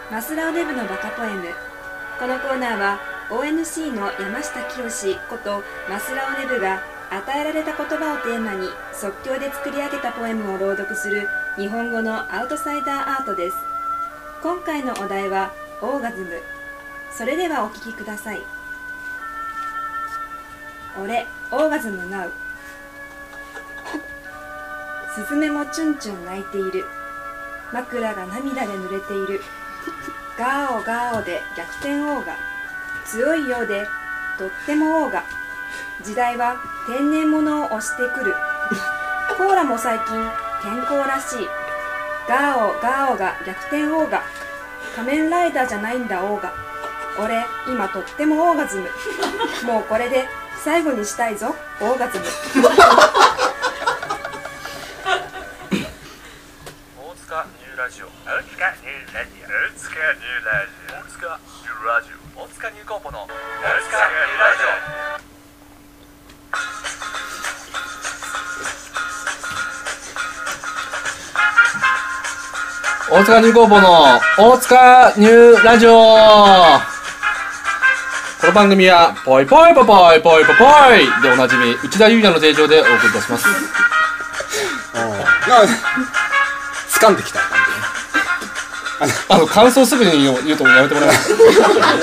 マスラオデブのバカポエム。このコーナーは ONC の山下清ことマスラオデブが与えられた言葉をテーマに即興で作り上げたポエムを朗読する日本語のアウトサイダーアートです。今回のお題はオーガズム。それではお聞きください。俺オーガズムナウ。スズメもチュンチュン泣いている。枕が涙で濡れている。ガーオガーオで逆転オーガ。強いようでとってもオーガ。時代は天然物を押してくる。コーラも最近健康らしい。ガーオガーオが逆転オーガ。仮面ライダーじゃないんだオーガ。俺今とってもオーガズム。もうこれで最後にしたいぞオーガズム。 大塚ニューラジオ、大塚ニューラジオ、大塚ニューラジオ、大塚ニューラジオ、大塚ニューコーポの大塚ニューラジオ。大塚ニューコーポの大塚ニューラジオ。この番組はポイポイポポイポイポポイでおなじみ内田裕也の提供でお送りいたします。 掴んできた感じ。 感想すぐに言うとやめてもらいます。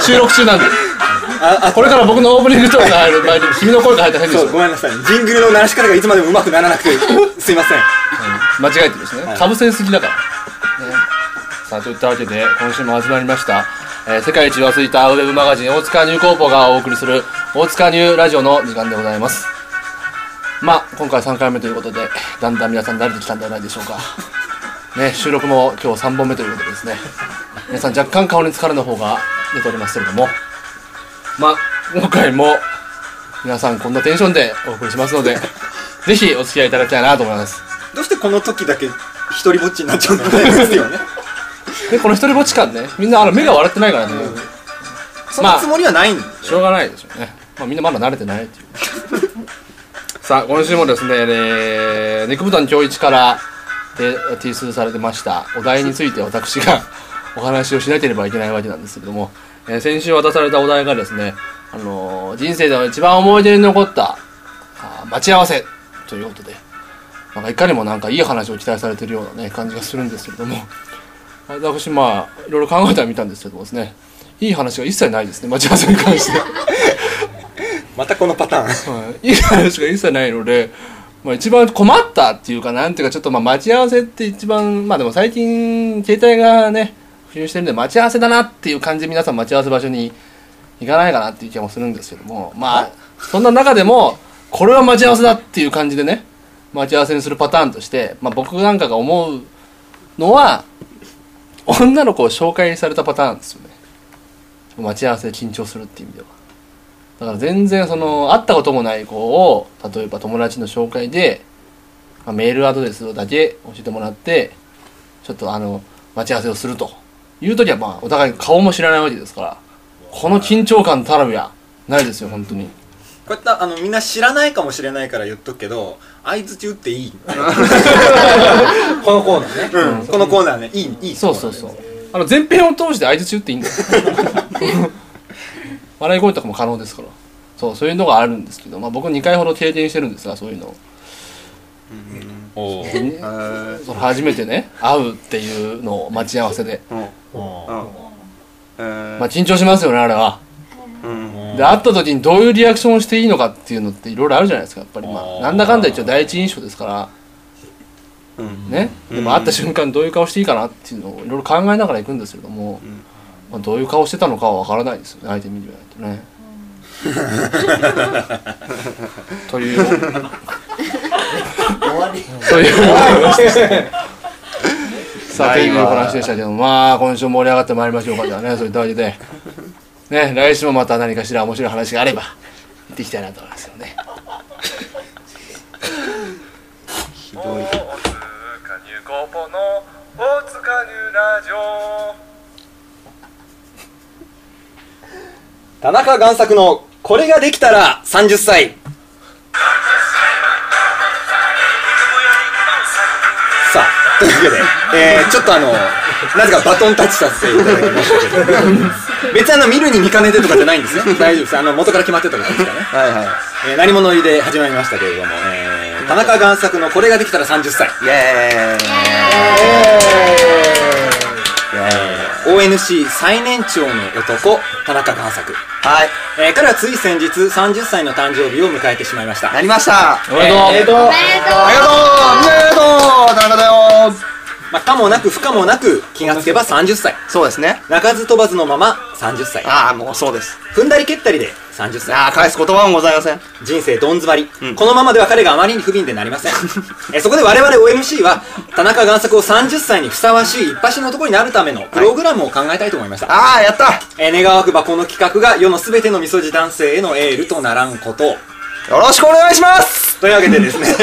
収録中なんで。これから僕のオープニングトークが入る前に君の声が入ったら変でしょ。 ごめんなさい。ジングルの鳴らし方がいつまでも上手くならなくてすいません。 間違えてるしね。かぶせすぎだから。さあといったわけで今週も始まりました。世界一忘れたウェブマガジン大塚ニューコーポがお送りする大塚ニューラジオの時間でございます。まあ今回3回目ということでだんだん皆さん慣れてきたんではないでしょうかね。収録も今日3本目ということでですね、皆さん若干顔に疲れの方が出ておりますけれども、まあ今回も皆さんこんなテンションでお送りしますのでぜひお付き合いいただきたいなと思います。 どうしてこの時だけ一人ぼっちになっちゃうんですよね。 でこの一人ぼっち感ね、みんな目が笑ってないからね、 そんなつもりはないんで、 しょうがないでしょうね。まあみんなまだ慣れてないっていうさあ今週もですね、肉豚今日一からで提出されてましたお題について私がお話をしなければいけないわけなんですけれども、先週渡されたお題がですね、人生では一番思い出に残った待ち合わせということで、なんかいかにもなんかいい話を期待されているようなね感じがするんですけれども、私まあいろいろ考えてはみたんですけどもですね、いい話が一切ないですね、待ち合わせに関してまたこのパターン、 いい話が一切ないので、まあ、一番困ったっていうか、なんていうかちょっとまあ待ち合わせって一番、まあでも最近携帯がね普及してるんで待ち合わせだなっていう感じで皆さん待ち合わせ場所に行かないかなっていう気もするんですけども、まあそんな中でもこれは待ち合わせだっていう感じでね待ち合わせにするパターンとして、まあ、僕なんかが思うのは女の子を紹介されたパターンですよね。待ち合わせで緊張するっていう意味では、だから全然その会ったこともない子を例えば友達の紹介で、まあ、メールアドレスだけ教えてもらってちょっと待ち合わせをするという時は、まあお互い顔も知らないわけですから、この緊張感たらびやないですよ本当に。 こうやってみんな知らないかもしれないから言っとくけど、相づち打っていいこのコーナーね、このコーナーね、いいそうそうそう、前編を通して相づち打っていいんだよ笑い声とかも可能ですから、そういうのがあるんですけど、まあ、僕2回ほど経験してるんですが、そういうのを、その初めてね会うっていうのを待ち合わせで、まあ緊張しますよねあれは。で会った時にどういうリアクションをしていいのかっていうのっていろいろあるじゃないですか、やっぱり。まあなんだかんだ一応第一印象ですからね。でも会った瞬間どういう顔していいかなっていうのをいろいろ考えながら行くんですけども、まあ、どういう顔してたのかはわからないですよね、相手見てみないとねというそういう話でしたね。さあという話でしたけど、まあ今週盛り上がってまいりましょうか。じゃあね、そういったわけでね、来週もまた何かしら面白い話があれば行っていきたいなと思いますよね。 オ。大塚ニューコーポの大塚ニューラジオ。 田中贋作のこれができたら30歳。さあというわけで、ちょっとなぜかバトンタッチさせていただきましたけど別に見るに見かねてとかじゃないんですよ。大丈夫です。元から決まってたからですからね。 はいはい。 何者入りで始まりましたけれども、田中贋作のこれができたら30歳。 イエーイ。 ONC 最年長の男、田中贋作。 はい。 彼はつい先日30歳の誕生日を迎えてしまいました。 なりました。 おめでとう。 ありがとう。みんなありがとう。田中だよ。 可もなく不可もなく気がつけば30歳。 そうですね。 鳴かず飛ばずのまま30歳。 ああ、もうそうです。 踏んだり蹴ったりで30歳。 ああ、返す言葉もございません。 人生どん詰まり、このままでは彼があまりに不憫でなりませんそこで我々 OMC は田中贋作を30歳にふさわしい一発の男になるためのプログラムを考えたいと思いました。 ああ、やった。 願わくばこの企画が世のすべてのみそじ男性へのエールとならんことをよろしくお願いします。 というわけでですね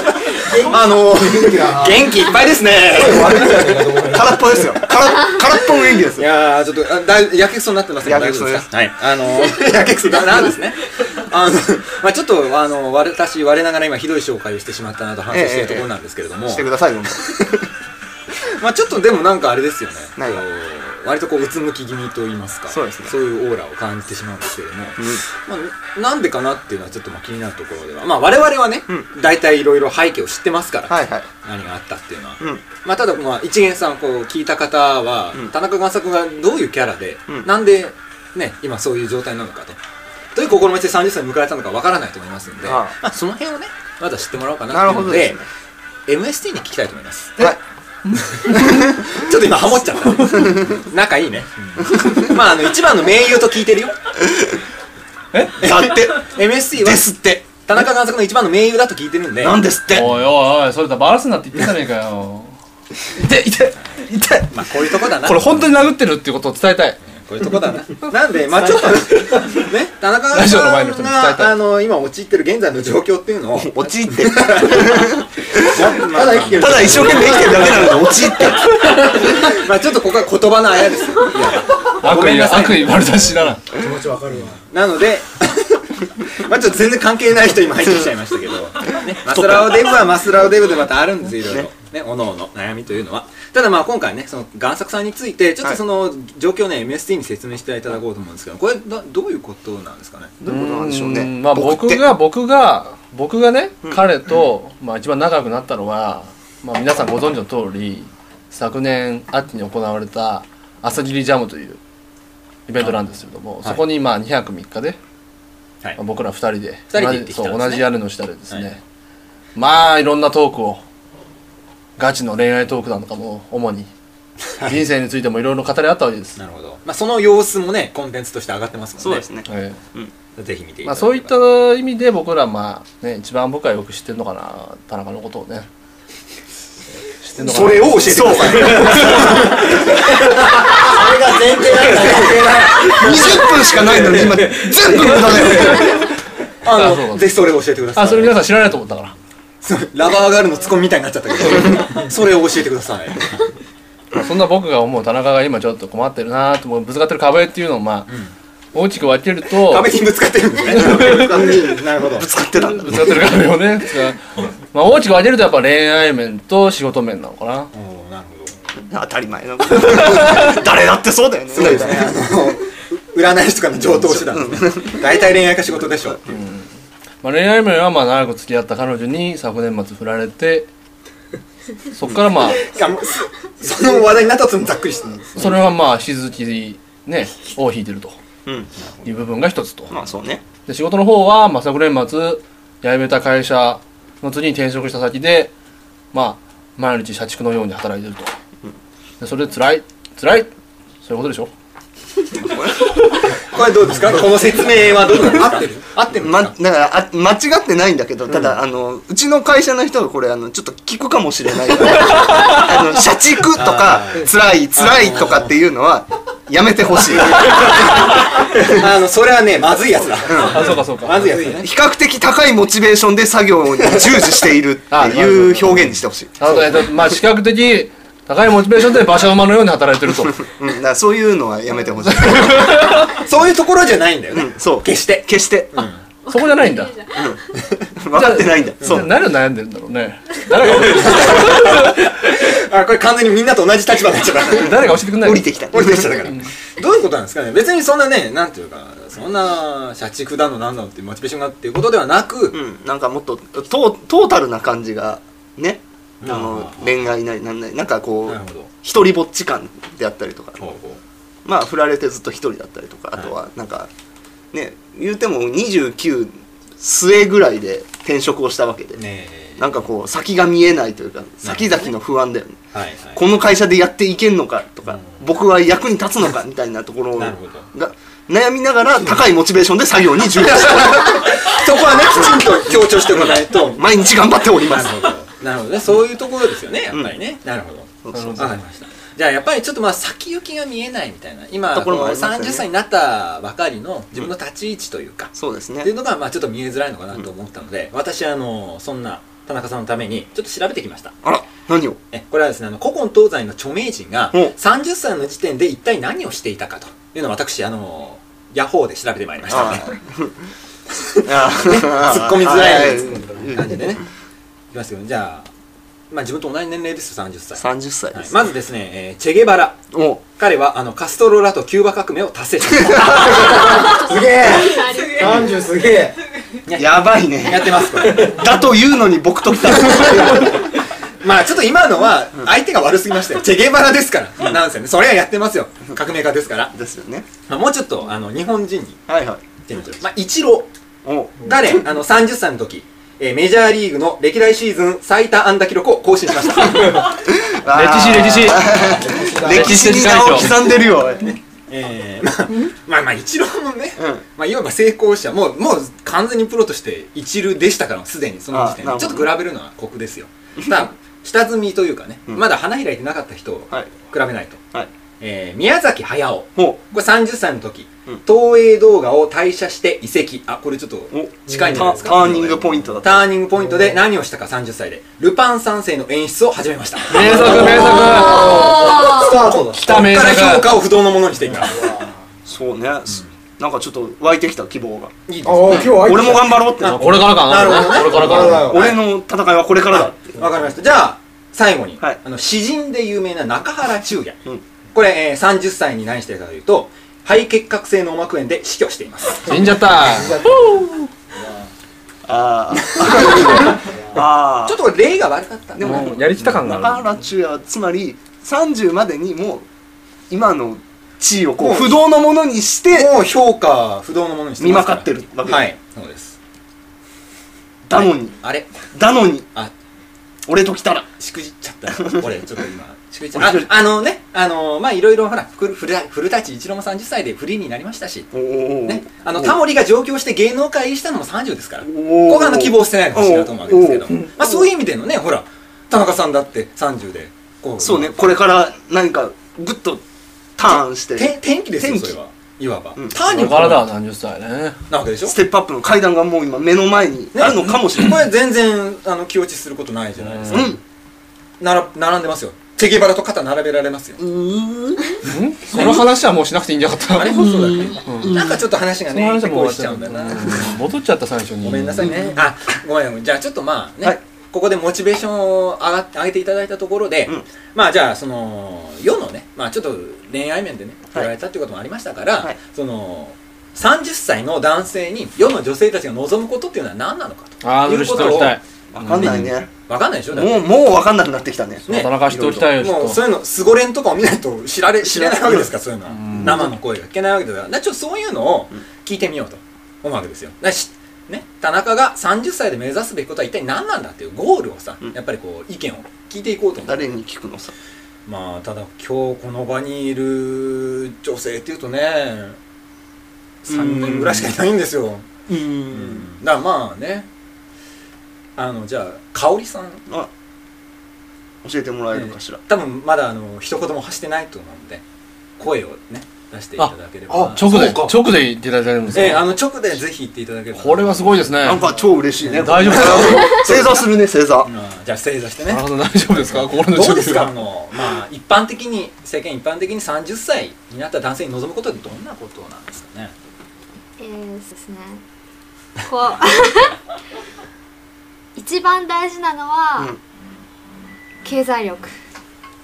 元気いっぱいですね空っぽですよ。空っぽの演技ですよ。 いやーちょっとやけくそになってませんか？ やけくそです。 はい。やけくそなんですね。ちょっと我ながら今ひどい紹介をしてしまったなと反省しているところなんですけれども、 してくださいよ。 ちょっとでもなんかあれですよね。 何が割とうつむき気味と言いますか、 そうですね。 そういうオーラを感じてしまうんですけれども、なんでかなっていうのはちょっと気になるところでは、我々はね、大体いろいろ背景を知ってますから、 はいはい。 何があったっていうのは、ただ一元さん聞いた方は、田中贋作がどういうキャラで、なんでね今そういう状態なのかと、どういう心持ちで30歳に迎えたのかわからないと思いますので、その辺をねまだ知ってもらおうかなっていうので、MST に聞きたいと思います。 はい。 ちょっと今ハモっちゃった仲いいね一番の盟友と聞いてるよ。 だって MST はですって田中贋作の一番の盟友だと聞いてるんで。 なんですって。 おいおいおい、それだバラすなって言ってたねえかよ痛い痛い痛い。 こういうとこだな。 これ本当に殴ってるっていうことを伝えたい。 こういうとこだな。なんでちょっとね田中ラジオの前の人に伝えたい。 が今陥ってる現在の状況っていうのを陥ってる。ただ一生懸命生きてるだけなのに陥ってる。 ちょっとここは言葉のあやですよ。 悪意丸出しだな。 気持ちわかるわ。 なのでちょっと全然関係ない人今入ってきちゃいましたけど、マスラオデブはマスラオデブでまたあるんですよ、いろいろね、おのおの悩みというのは。ただ今回ねその贋作さんについてちょっとその状況をね MST に説明していただこうと思うんですけど、これどういうことなんですかね。 どういうことなんでしょうね。 僕がね、彼と一番仲良くなったのは皆さんご存知の通り昨年秋に行われた朝霧ジャムというイベントなんですけども、そこに2泊3日で僕ら2人で同じ屋根の下でですね、いろんなトークをガチの恋愛トークなのかも主に人生についてもいろいろ語り合ったわけです。 なるほど。その様子もねコンテンツとして上がってますもんね。 そうですね。 ぜひ見ていただければ。 そういった意味で僕ら一番僕はよく知ってるのかな、田中のことをね知ってるのかな。 それを教えてください。それが前提なんだよ。 20分しかないのに今全部無駄だよ。 ぜひそれを教えてください。 それ皆さん知らないと思ったから。 ラバーガールのツッコミみたいになっちゃったけどそれを教えてください。 そんな僕が思う田中が今ちょっと困ってるなとぶつかってる壁っていうのを大きく分けると、 壁にぶつかってるんですね。なるほど。 ぶつかってたんだ。 ぶつかってる壁をね大きく分けるとやっぱ恋愛面と仕事面なのかな。 なるほど。当たり前の誰だってそうだよね。 そうですね。占い師とかの上等手段ですね。大体恋愛か仕事でしょう。 恋愛面は長く付き合った彼女に昨年末振られて、そこからその話題になったとざっくりしてるんです。 それは引き続きね尾を引いてるという部分が一つと。 そうね。 で仕事の方は昨年末辞めた会社の次に転職した先で毎日社畜のように働いてると。でそれで辛いそういうことでしょ。 これどうですか。この説明はどうですか。合ってるだから間違ってないんだけど、ただうちの会社の人がこれちょっと聞くかもしれないから社畜とか辛いとかっていうのはやめてほしい。 それはねまずいやつだ。 そうかまずいやつね。 比較的高いモチベーションで作業に従事しているっていう表現にしてほしい。 比較的高いモチベーションで馬車馬のように働いてると。 だからそういうのはやめてほしい。 そういうところじゃないんだよね。 そう決してそこじゃないんだ。 分かってないんだ。 そう何を悩んでるんだろうね。 これ完全にみんなと同じ立場になっちゃった誰が教えてくんない降りてきた降りてきちゃったからどういうことなんですかね。別にそんなね、なんていうかそんな社畜だのなんだのっていうモチベーションがっていうことではなく、 なんかもっとトータルな感じがね、恋愛なりなんなりなんかこう一人ぼっち感であったりとか、まあ振られてずっと一人だったりとか、あとはなんかね、言うても29末ぐらいで転職をしたわけで、なんかこう先が見えないというか、先々の不安だよね。この会社でやっていけんのかとか、僕は役に立つのかみたいなところが悩みながら高いモチベーションで作業に従事してそこはねきちんと強調しておかないと毎日頑張っております。 なるほどね、そういうところですよね、やっぱりね。なるほど、わかりました。じゃあやっぱりちょっとまあ先行きが見えないみたいな、今30歳になったばかりの自分の立ち位置というか、 そうですねっていうのがまあちょっと見えづらいのかなと思ったので、私そんな田中さんのためにちょっと調べてきました。 あら、何を？ これはですね、古今東西の著名人が30歳の時点で一体何をしていたかというのを私ヤホーで調べてまいりました。突っ込みづらい感じでねいきますけど、じゃあまあ自分と同じ年齢ですよ、30歳。 30歳です。 まずですね、チェゲバラ。彼はカストロらとキューバ革命を達成しました。 すげえ30すげえやばいね。 やってますこれ。 だというのに僕と来た。 まあちょっと今のは相手が悪すぎましたよ。チェゲバラですからなんですよね。それはやってますよ、革命家ですから。 ですよね。 もうちょっと日本人にはいはい。 まあイチローがね、30歳の時メジャーリーグの歴代シーズン最多安打記録を更新しました。 歴史に名を刻んでるよ。 まあイチローもね、まあいわば成功者、もう完全にプロとして一流でしたから、すでにその時点でちょっと比べるのは酷ですよ。ただ下積みというかね、まだ花開いてなかった人を比べないと。宮崎駿、これ30歳の時、東映動画を退社して移籍。これちょっと近いんじゃないですか。 ターニングポイントだった。 ターニングポイントで何をしたか、30歳でルパン三世の演出を始めました。 名作名作スタートだ。 来た名作。 ここから評価を不動のものにしていきます。 そうね、なんかちょっと湧いてきた希望が。 いいですね。 俺も頑張ろうって。 これからかな。 なるほどね。 これからかな。 俺の戦いはこれからだって。 わかりました。じゃあ最後に詩人で有名な中原中也。これ30歳に何しているかというと、肺結核性脳膜炎で死去しています。 死んじゃった。 ちょっとこれ例が悪かった。 でもやりきった感がある。 中原中也はつまり30までにもう今の地位をこう不動のものにしてもう評価不動のものにして見まかってるわけ。 はい、そうです。 だのに俺と来たらしくじっちゃった。俺ちょっと今しくじっちゃった。まあいろいろほら古舘一郎も30歳でフリーになりましたしね、タモリが上京して芸能界入りしたのも30ですから、ここが希望してないのかしらと思うわけですけど、まあそういう意味でのね、ほら田中さんだって30でこう、 そうね、これから何かグッとターンして転機ですよ、それはいわばターニングからだ、30歳ねなわけでしょ。 ステップアップの階段がもう今目の前にあるのかもしれない。 これ全然気落ちすることないじゃないですか。並んでますよ。チェゲバラと肩並べられますよ。 その話はもうしなくていいんじゃなかった。 あれもそうだっけ。なんかちょっと話がね結構しちゃうんだな。 戻っちゃった最初に。 ごめんなさいね。ごめん。じゃあちょっとまあね、ここでモチベーションを上げていただいたところで、まあじゃあその世のね、まあちょっと恋愛面でね振られたっていうこともありましたから、その30歳の男性に世の女性たちが望むことっていうのは何なのかということを分かんないね。 分かんないでしょ。 もう分かんなくなってきたね。 田中知っておきたいよ。 もうそういうのスゴレンとかを見ないと知れないわけですから、そういうのは生の声が聞けないわけですから、ちょっとそういうのを聞いてみようと思うわけですよ。ね、田中が30歳で目指すべきことは一体何なんだっていうゴールをさ、やっぱりこう意見を聞いていこうと思う。 誰に聞くのさ。 まあただ今日この場にいる女性っていうとね、3人ぐらいしかいないんですよ。だからまあね、じゃあ香織さん教えてもらえるかしら。 多分まだ一言も発してないと思うので、声をね出していただければ。 直で言っていただけるんですか。 直でぜひ言っていただければ。 これはすごいですね。 なんか超嬉しいね。 大丈夫ですか。 正座するね、正座。 じゃあ正座してね。 大丈夫ですか。心のどうですか。まあ一般的に世間一般的に30歳になった男性に望むことってどんなことなんですかね。 ですね。こう一番大事なのは経済力。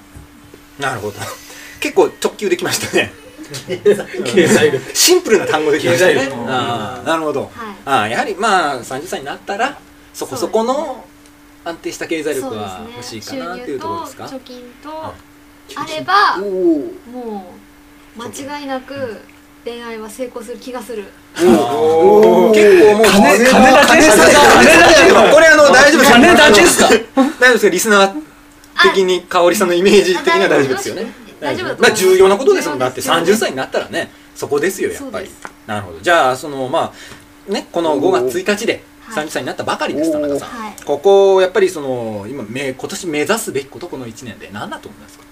なるほど。結構直球できましたね。 経済力。 シンプルな単語できましたね。 経済力。 なるほど。やはりまあ30歳になったらそこそこの安定した経済力は欲しいかなっていうところですか。 収入と貯金とあればもう間違いなく恋愛は成功する気がする。 結構もう金立ちですか？ これ大丈夫ですか？ 金立ちですか？ 大丈夫ですか？リスナー的に香織さんのイメージ的には大丈夫ですよね。 大丈夫だとまあ重要なことですもん。だって30歳になったらね、そこですよやっぱり。なるほど。じゃあまあね、この5月1日で30歳になったばかりです、田中さん。ここやっぱり今年目指すべきこと、この1年で何だと思いますか？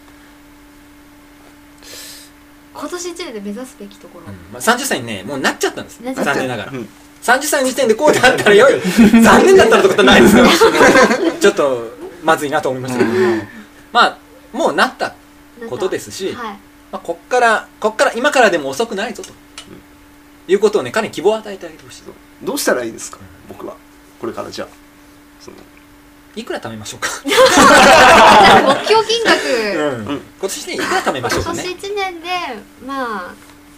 今年1年で目指すべきところ、 30歳にねもうなっちゃったんです、残念ながら。30歳の時点でこうであったらよい残念だったらってことはないですよちょっとまずいなと思いましたけど、まあもうなったことですし、こっから今からでも遅くないぞということをね、彼に希望を与えてあげてほしい。 どうしたらいいですか？僕はこれからじゃあいくら貯めましょうか目標金額、 今年ねいくら貯めましょうかね。 今年1年でまあ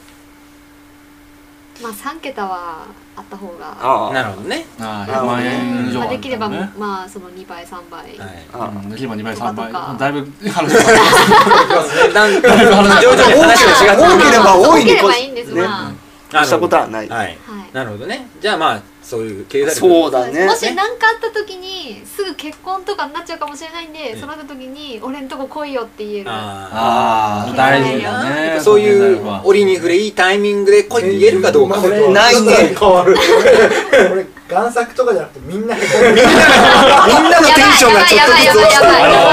3桁はあった方が。 なるほどね。 100万円以上できればまあその2倍3倍、 できれば2倍3倍だいぶ話が徐々に話が違って多ければ多いに多ければいいんです。 したことはない。 なるほどね。じゃあまあそういう経済力、 そうだね。 もし何かあった時にすぐ結婚とかになっちゃうかもしれないんで、そうなった時に俺んとこ来いよって言える。 大事だね。 そういう折に触れいいタイミングで来いって言えるかどうか。 ないね。 変わる。俺贋作とかじゃなくてみんなのテンションがちょっとずつ落ちて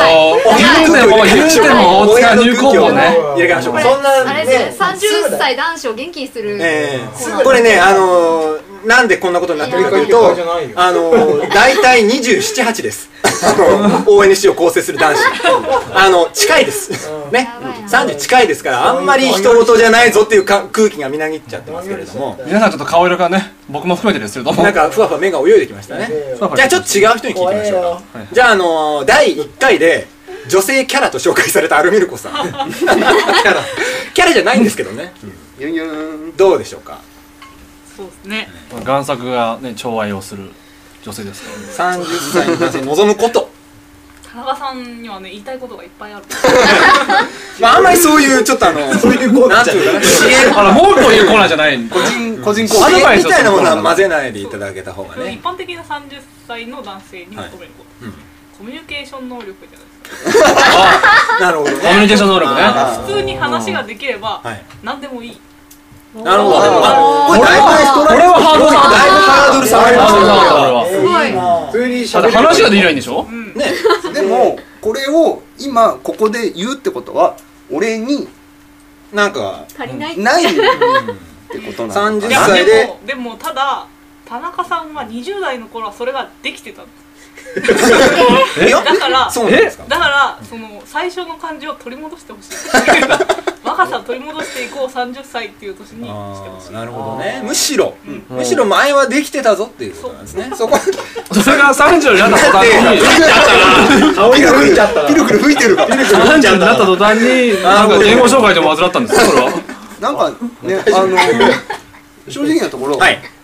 言うても大塚入高校ね入れ替えましょう。 そんなあれですね、30歳男子を元気にする。 これねなんでこんなことになってるかというと、大体27、8です。ONC を構成する男子。近いです。ね。30近いですから、あんまり人事じゃないぞっていう空気がみなぎっちゃってますけれども。 皆さんちょっと顔色がね、僕も含めてですけれども。 なんかふわふわ目が泳いできましたね。じゃあちょっと違う人に聞いてみましょうか。じゃあ第1回で女性キャラと紹介されたアルミルコさん。キャラじゃないんですけどね。どうでしょうか？ そうですね。 贋作がね寵愛をする女性ですからね。 30歳の男性に望むこと。 田中さんにはね言いたいことがいっぱいある。 まああんまりそういうちょっとそういうコーナーっていうかね、支援もうというコーナーじゃない。 個人コーナー。 アドバイスみたいなものは混ぜないでいただけた方がね。 一般的な30歳の男性に求めること。コミュニケーション能力じゃないですか。 なるほどね。 コミュニケーション能力ね。 普通に話ができれば何でもいい。 なるほど。これはハードル下がりましたね。話ができないんでしょ？ ね。 でもこれを今ここで言うってことは俺になんか足りないってことなのかな。 30歳でもただ田中さんは20代の頃はそれができてたんです。だからその最初の感じを取り戻してほしい。若さを取り戻していこう30歳っていう年にしてほしい。 なるほどね。むしろ前はできてたぞっていうことなんですね。それが30になった途端に香りが吹いちゃった。 ピルクル吹いてるから。 30になった途端になんか言語障害でも患ったんですか？それはなんかね正直なところ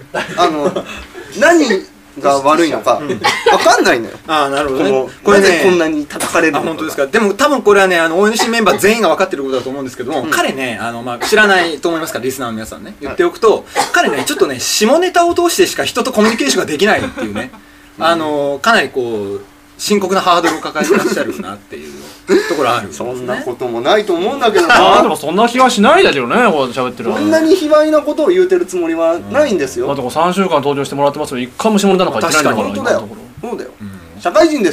何が悪いのか分かんないのよ。 なるほどね。 これねこんなに叩かれるのか。 本当ですか。でも多分これはねONC メンバー全員が分かってることだと思うんですけども、彼ね知らないと思いますからリスナーの皆さんね言っておくと、彼ねちょっとね下ネタを通してしか人とコミュニケーションができないっていうねかなりこう深刻なハードルを抱えてらっしゃるなっていうところあるんですね。 そんなこともないと思うんだけどな。でもそんな気はしないだけどね、こう喋ってる。 そんなに卑猥なことを言うてるつもりはないんですよ。 だって3週間登場してもらってますけど、一回も下ネタなんか言ってないんだから。 本当だよ。そうだよ。社会人です。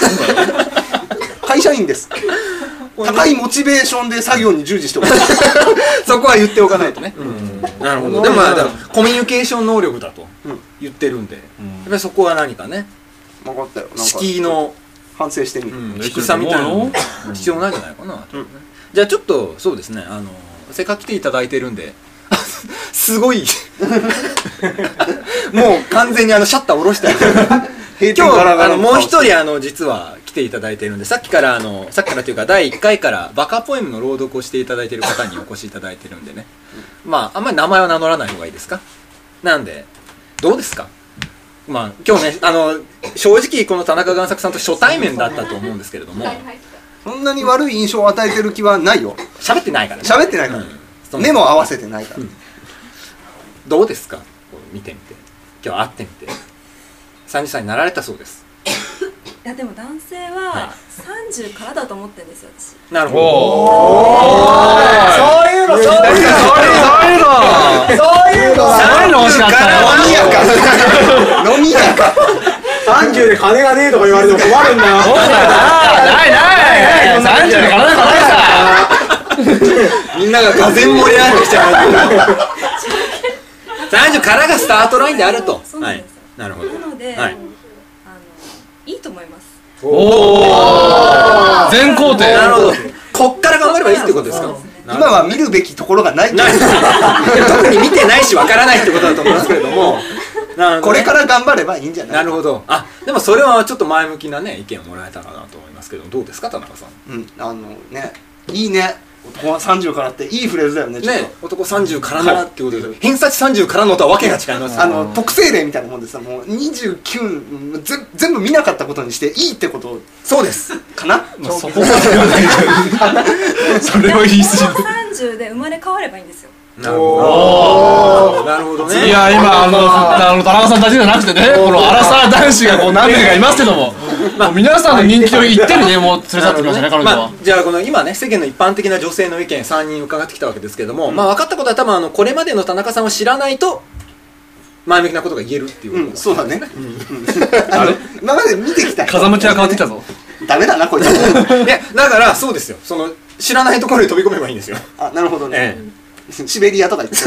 会社員です。高いモチベーションで作業に従事しております。 そこは言っておかないとね。なるほど。でもコミュニケーション能力だと言ってるんで、やっぱりそこは何かね。 分かったよ。 敷居の反省してみる。 低さみたいなの必要なんじゃないかな。じゃあちょっとそうですね。せっかく来ていただいてるんで、すごいもう完全にシャッター下ろして閉今店ガラガラ日もう一人実は来ていただいているんで、さっきからというか第1回からバカポエムの朗読をしていただいている方にお越しいただいてるんでね、まああんまり名前は名乗らない方がいいですか。なんでどうですか。まあ今日ね正直この田中贋作さんと初対面だったと思うんですけれども、 そんなに悪い印象を与えてる気はないよ。 喋ってないからね。 喋ってないから、目も合わせてないから、 どうですか、こう見てみて、今日会ってみて。30歳になられたそうです。 いやでも男性は30からだと思ってるんですよ、私。 なるほど。 そういうの惜しかったよ。 飲み屋か 30で金がねえとか言われても困るんだよ。 ない30で体がないさ。 みんなががぜん盛り上がってきちゃう。30からがスタートラインであると。 そうなんですよ。 なるほど。 なので、いいと思います。 全工程。 なるほど。こっから頑張ればいいってことですか。 今は見るべきところがない特に見てないしわからないってことだと思いますけれども、 これから頑張ればいいんじゃない。 なるほど。でもそれはちょっと前向きなね意見をもらえたかなと思いますけど、どうですか田中さん。 ね、いいね。男は30からっていいフレーズだよね。 ね、男30からのってことで、偏差値30からのとはわけが違います。 特性例みたいなもんでさ、もう29全部見なかったことにしていいってこと。 そうですかな。 そこまで言わないじゃん。それを言い過ぎる。 30で生まれ変わればいいんですよ。 なるほどね。 いや今田中さんだけじゃなくてね、このアラサー男子がこう何名かいますけども、皆さんの人気を一手にねもう連れ去ってきましたね、彼女は。 じゃあこの今ね世間の一般的な女性の意見3人伺ってきたわけですけども、まあ分かったことは多分これまでの田中さんを知らないと前向きなことが言えるっていうこと。 そうだね。今まで見てきた風向きが変わってきたぞ。 ダメだなこいつ。 いやだからそうですよ、その知らないところに飛び込めばいいんですよ。 なるほどね。シベリアとか言って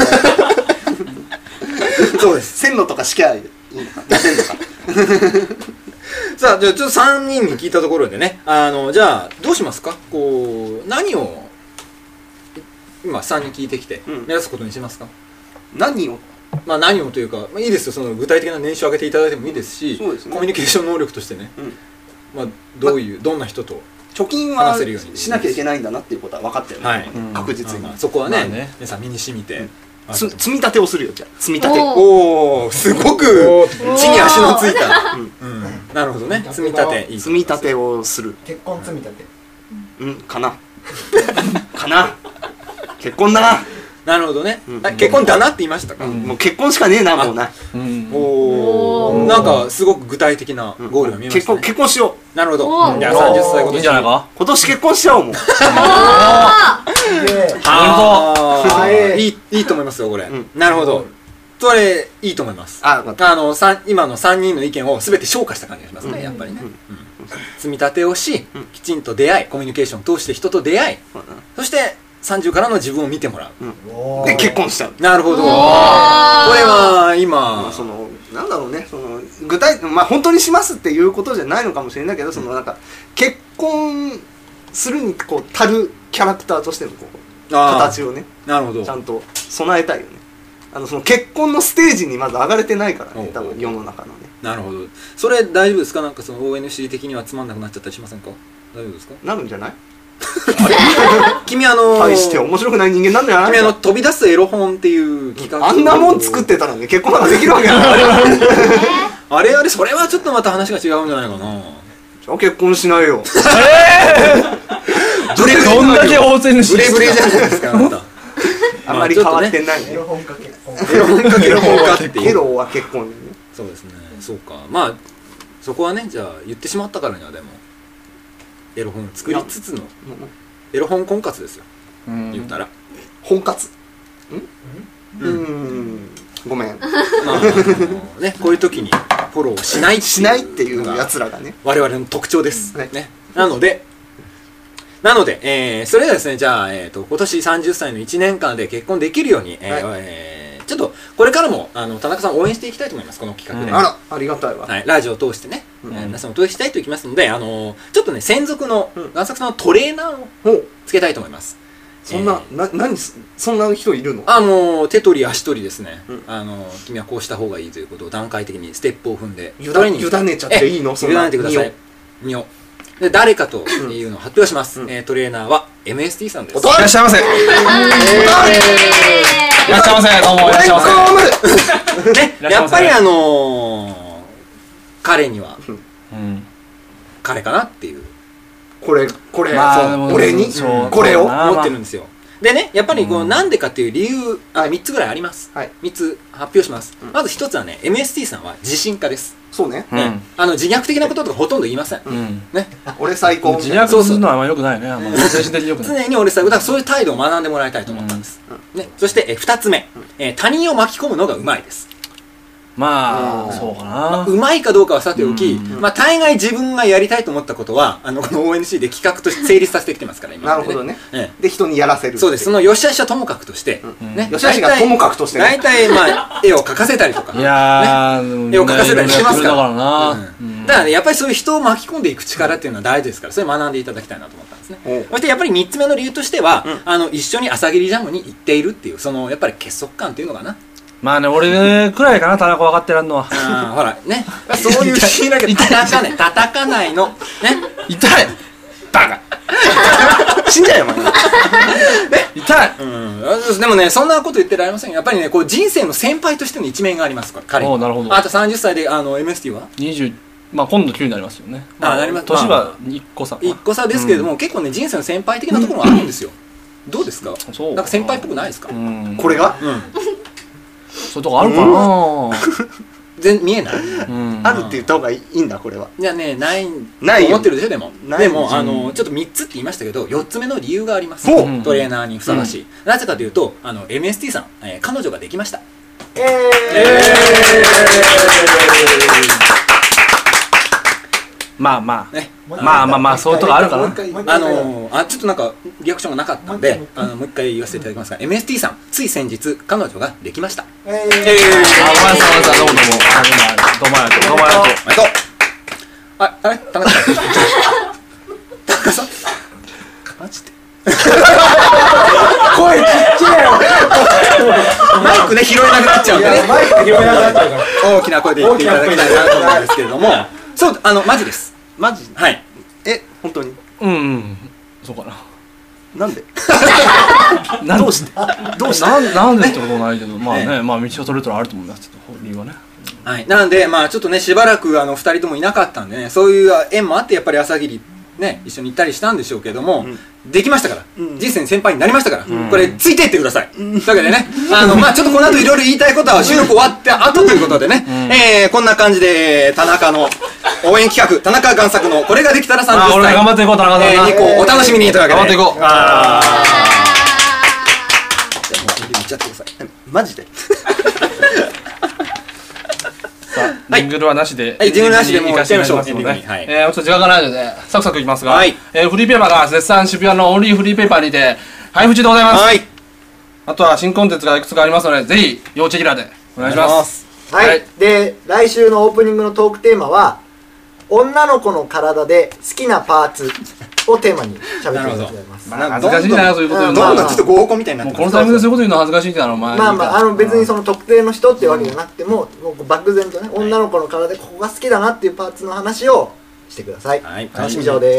そうです。 線路とかしきゃいいのか、出せんのか。 さあじゃあちょっと3人に聞いたところでね、じゃあどうしますか。こう何を今3人聞いてきて目指すことにしますか。 何を何をというか、いいですよ、その具体的な年収を上げていただいてもいいですし、 そうですね、 コミュニケーション能力としてね、どんな人と貯金はしなきゃいけないんだなっていうことは分かったよね、はい、確実に。 そこはね、皆さん身に染みて、 積み立てをするよ。じゃあ積み立て。 おお、すごく地に足のついた。なるほどね、積み立て。 積み立てをする。 結婚積み立て。 かなかな。結婚だな。 なるほどね。結婚だなって言いましたか。 もう結婚しかねえな、もうな。 おお、なんかすごく具体的なゴールが見えましたね。 結婚しよう。なるほど。じゃあ30歳いいんじゃないか。 今年結婚しちゃおうもん。 いいと思いますよこれ。なるほど。それいいと思います。今の3人の意見を全て消化した感じがしますね、やっぱりね。積み立てをし、きちんと出会い、コミュニケーションを通して人と出会い、そして30からの自分を見てもらう。 で結婚しちゃう。 なるほど。これは今そのなんだろうね、その具体本当にしますっていうことじゃないのかもしれないけど、そのなんか結婚するにこう足るキャラクターとしてのこう形をね、 なるほど、 ちゃんと備えたいよね。その結婚のステージにまず上がれてないからね、多分世の中のね。 なるほど。それ大丈夫ですか。なんかその ONC 的にはつまんなくなっちゃったりしませんか。大丈夫ですか。 なるんじゃない。 君大して面白くない人間なんだよな。 君飛び出すエロ本っていう企画、 あんなもん作ってたのに結婚なんかできるわけない。 あれそれはちょっとまた話が違うんじゃないかな。 じゃあ結婚しないよ。 どんだけ大勢主ブレブレじゃないですか、あなた。 あんまり変わってないね。 エロ本か結婚。 エロ本か結婚かっていう。 エロは結婚ね。 そうですね。そうか。まあそこはね、じゃあ言ってしまったからにはでもエロ本作りつつのエロ本婚活ですよ。言ったら本活。ごめん。 ね、こういう時にフォローしないっていうやつらがね、 我々の特徴です。ね。なので、それではですね、じゃあ、今年30歳の1年間で結婚できるように、ちょっとこれからも田中さんを応援していきたいと思います、この企画で。 ありがたいわ。 はい、ラジオを通してね、皆さんを通したいといきますので、ちょっとね、専属の贋作さんのトレーナーをつけたいと思います。 そんなそんな人いるの？ もう手取り足取りですね、君はこうした方がいいということを段階的にステップを踏んで委ねちゃっていいの？ 委ねてください。身をで誰かというのを発表します、トレーナーは MST さんです。 いらっしゃいませ。いらっしゃいませ。どうもいらっしゃいませ。 ね、やっぱり彼には、彼かなっていうこれ俺にこれを思ってるんですよ。でね、やっぱりこうなんでかっていう理由3つぐらいあります。3つ発表します。まず1つはね、 MST さんは自信家です。 そうね。 自虐的なこととかほとんど言いません。ね、 俺最高。 自虐するのはあんま良くないね。精神的に良くない。 常に俺最高だから、そういう態度を学んでもらいたいと思ったんです。ね、そして2つ目、他人を巻き込むのがうまいです。 まあそうかな。 うまいかどうかはさておき、大概自分がやりたいと思ったことはこの ONC で企画として成立させてきてますから今。 なるほどね。で人にやらせる。 そうです。その良し悪しはともかくとしてね、 良し悪しがともかくとして大体絵を描かせたりとか、絵を描かせたりしてますから。だからやっぱりそういう人を巻き込んでいく力っていうのは大事ですから、それ学んでいただきたいなと思ったんですね。そしてやっぱり3つ目の理由としては、一緒に朝霧ジャムに行っているっていう、そのやっぱり結束感っていうのかな。 まあね、俺くらいかな、田中分かってらんのは。 ほらね、そういうシーンだけど叩かないのね。 痛いバカ死んじゃえよお前。 痛い。 でもね、そんなこと言ってられません。やっぱりね、こう人生の先輩としての一面がありますから、彼に。 なるほど。 あと30歳でMST は 20、まあ今度9になりますよね。 なります。 年は1個差。 1個差ですけれども、結構ね、人生の先輩的なところもあるんですよ。どうですか？なんか先輩っぽくないですか？ これが？ そういうとこあるかな。 全然見えない。 あるって言った方がいいんだこれは。 いやね、ないと思ってるでしょ。でもちょっと3つって言いましたけど、4つ目の理由があります。トレーナーにふさわしい。なぜかというとMST さん、彼女ができました。 まあまあね、まあそういうとこあるかな。 ちょっとなんかリアクションがなかったんで、もう一回言わせていただきますが、 MST さんつい先日彼女ができました。 ごめんなさい、どうもどうもありがとう。 あれ田中さん田中さんマジで声ちっちゃいよ。 マイクね拾えなくなっちゃうんでね、 マイク拾えなくなっちゃうから大きな声で言っていただきたいなと思うんですけれども、そうマジです。 マジ？ はい。 本当に？ そうかな。 なんで？ どうしてなんでってことないけど、まあね、まあ道をそれぞれあると思いますけど、理由はね。 はい。なのでちょっとね、しばらく2人ともいなかったんでね、そういう縁もあってやっぱり朝霧ね一緒に行ったりしたんでしょうけども、できましたから、人生の先輩になりましたから、これついていってください。というわけでね、ちょっとこの後いろいろ言いたいことは収録終わって後ということでね、こんな感じで田中の応援企画、田中贋作のこれができたら30歳、 俺頑張っていこう、田中さん。 2個お楽しみにというわけで頑張っていこう。 じゃあもう言っちゃってください。 マジで？ ジングルはなしで、 ジングルなしでもう行っちゃいましょう。 ちょっと時間がないのでサクサクいきますが、 はい、 フリーペーパーが絶賛渋谷のオンリーフリーペーパーにて配布中でございます。はい、あとは新コンテンツがいくつかありますので、ぜひ要チェキラーでお願いします。 はい、で来週のオープニングのトークテーマは女の子の体で好きなパーツをテーマに喋ってございます。 恥ずかしいな、そういうこと言うの。 どんどんちょっと合コンみたいになってます。 このタイミングでそういうこと言うの恥ずかしいんだろ、お前。 別にその特定の人っていうわけじゃなくても、漠然とね、女の子の体でここが好きだなっていうパーツの話をしてください。 はい、 以上です。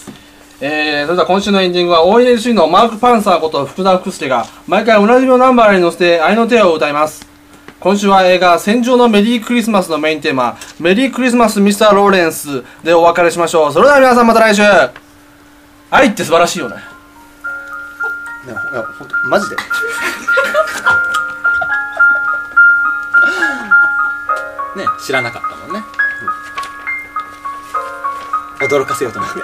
それでは今週のエンディングは ONC のマーク・パンサーこと福田福助が毎回おなじみのナンバーに乗せて愛の手を歌います。今週は映画戦場のメリークリスマスのメインテーマメリークリスマスミスターローレンスでお別れしましょう。それでは皆さんまた来週。愛って素晴らしいよね。 いや本当マジでね、知らなかったもんね、驚かせようと思って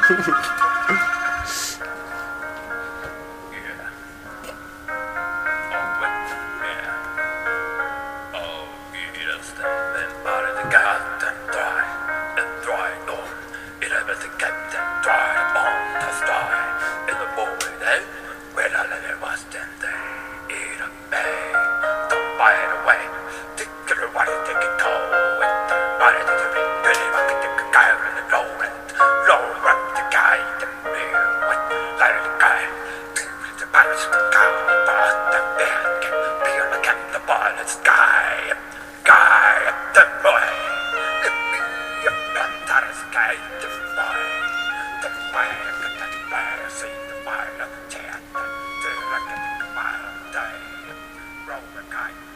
pilot, tear, tear, tear, tear, tear, tear, tear, tear, tear,